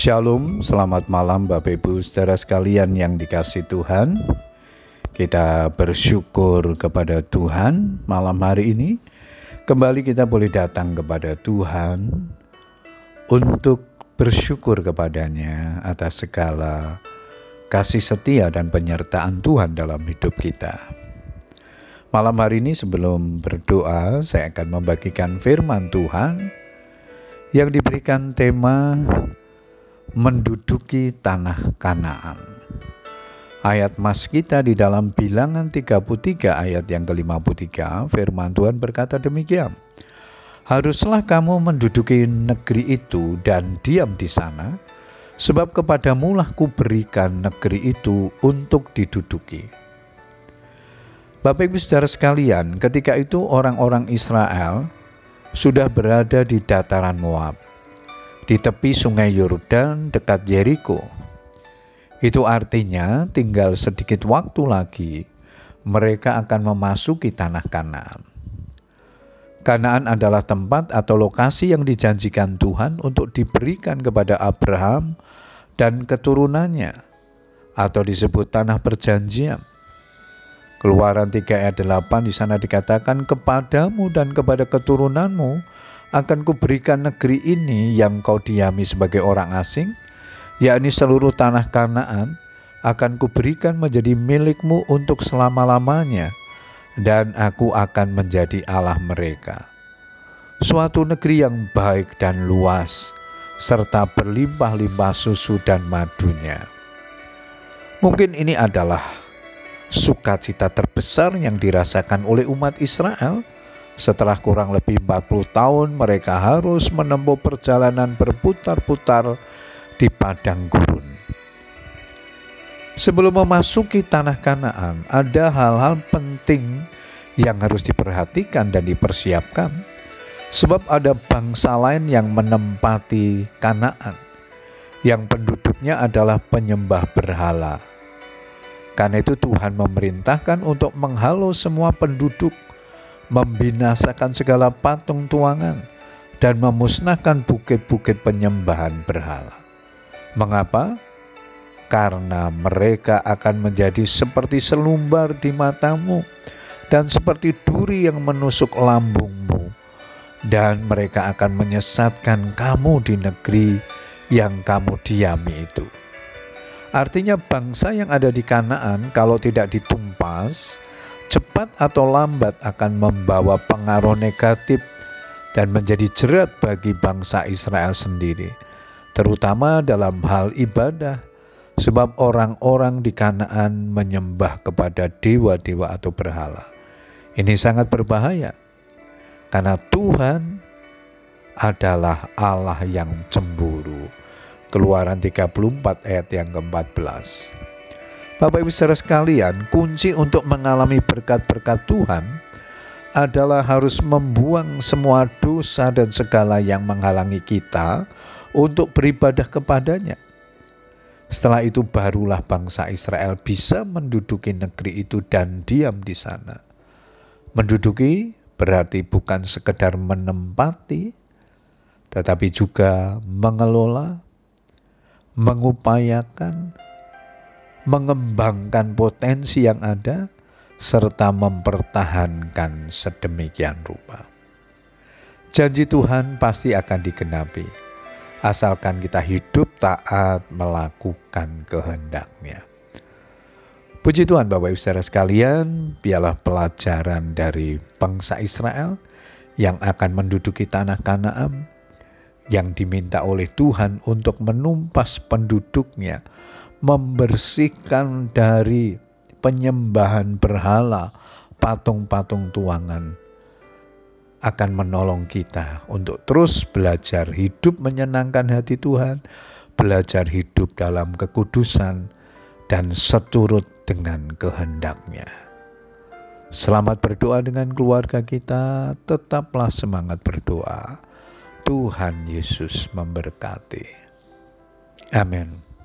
Shalom, selamat malam Bapak Ibu saudara sekalian yang dikasihi Tuhan. Kita bersyukur kepada Tuhan malam hari ini. Kembali kita boleh datang kepada Tuhan untuk bersyukur kepadanya atas segala kasih setia dan penyertaan Tuhan dalam hidup kita. Malam hari ini sebelum berdoa, saya akan membagikan firman Tuhan yang diberikan tema menduduki tanah Kanaan. Ayat mas kita di dalam Bilangan 33 ayat yang ke-53, firman Tuhan berkata demikian. Haruslah kamu menduduki negeri itu dan diam di sana, sebab kepadamulah kuberikan negeri itu untuk diduduki. Bapak Ibu saudara sekalian, ketika itu orang-orang Israel sudah berada di dataran Moab, di tepi sungai Yordan dekat Yeriko. Itu artinya tinggal sedikit waktu lagi mereka akan memasuki tanah Kanaan. Kanaan adalah tempat atau lokasi yang dijanjikan Tuhan untuk diberikan kepada Abraham dan keturunannya, atau disebut tanah perjanjian. Keluaran 3 ayat 8 di sana dikatakan, kepadamu dan kepada keturunanmu akan kuberikan negeri ini yang kau diami sebagai orang asing, yakni seluruh tanah Kanaan akan kuberikan menjadi milikmu untuk selama-lamanya, dan aku akan menjadi Allah mereka. Suatu negeri yang baik dan luas, serta berlimpah-limpah susu dan madunya. Mungkin ini adalah sukacita terbesar yang dirasakan oleh umat Israel. Setelah kurang lebih 40 tahun mereka harus menempuh perjalanan berputar-putar di padang gurun. Sebelum memasuki tanah Kanaan, ada hal-hal penting yang harus diperhatikan dan dipersiapkan. Sebab ada bangsa lain yang menempati Kanaan, yang penduduknya adalah penyembah berhala. Karena itu Tuhan memerintahkan untuk menghalau semua penduduk, membinasakan segala patung tuangan, dan memusnahkan bukit-bukit penyembahan berhala. Mengapa? Karena mereka akan menjadi seperti selumbar di matamu dan seperti duri yang menusuk lambungmu, dan mereka akan menyesatkan kamu di negeri yang kamu diami itu. Artinya bangsa yang ada di Kanaan kalau tidak ditumpas, cepat atau lambat akan membawa pengaruh negatif dan menjadi jerat bagi bangsa Israel sendiri, terutama dalam hal ibadah, sebab orang-orang di Kanaan menyembah kepada dewa-dewa atau berhala. Ini sangat berbahaya, karena Tuhan adalah Allah yang cemburu. Keluaran 34 ayat yang ke-14. Bapak Ibu saudara sekalian, kunci untuk mengalami berkat-berkat Tuhan adalah harus membuang semua dosa dan segala yang menghalangi kita untuk beribadah kepadanya. Setelah itu barulah bangsa Israel bisa menduduki negeri itu dan diam di sana. Menduduki berarti bukan sekedar menempati, tetapi juga mengelola, mengupayakan, mengembangkan potensi yang ada, serta mempertahankan sedemikian rupa. Janji Tuhan pasti akan digenapi, asalkan kita hidup taat melakukan kehendak-Nya. Puji Tuhan Bapak Ibu saudara sekalian, biarlah pelajaran dari bangsa Israel yang akan menduduki tanah Kanaan, yang diminta oleh Tuhan untuk menumpas penduduknya, membersihkan dari penyembahan berhala, patung-patung tuangan, akan menolong kita untuk terus belajar hidup menyenangkan hati Tuhan, belajar hidup dalam kekudusan, dan seturut dengan kehendak-Nya. Selamat berdoa dengan keluarga kita, tetaplah semangat berdoa. Tuhan Yesus memberkati. Amin.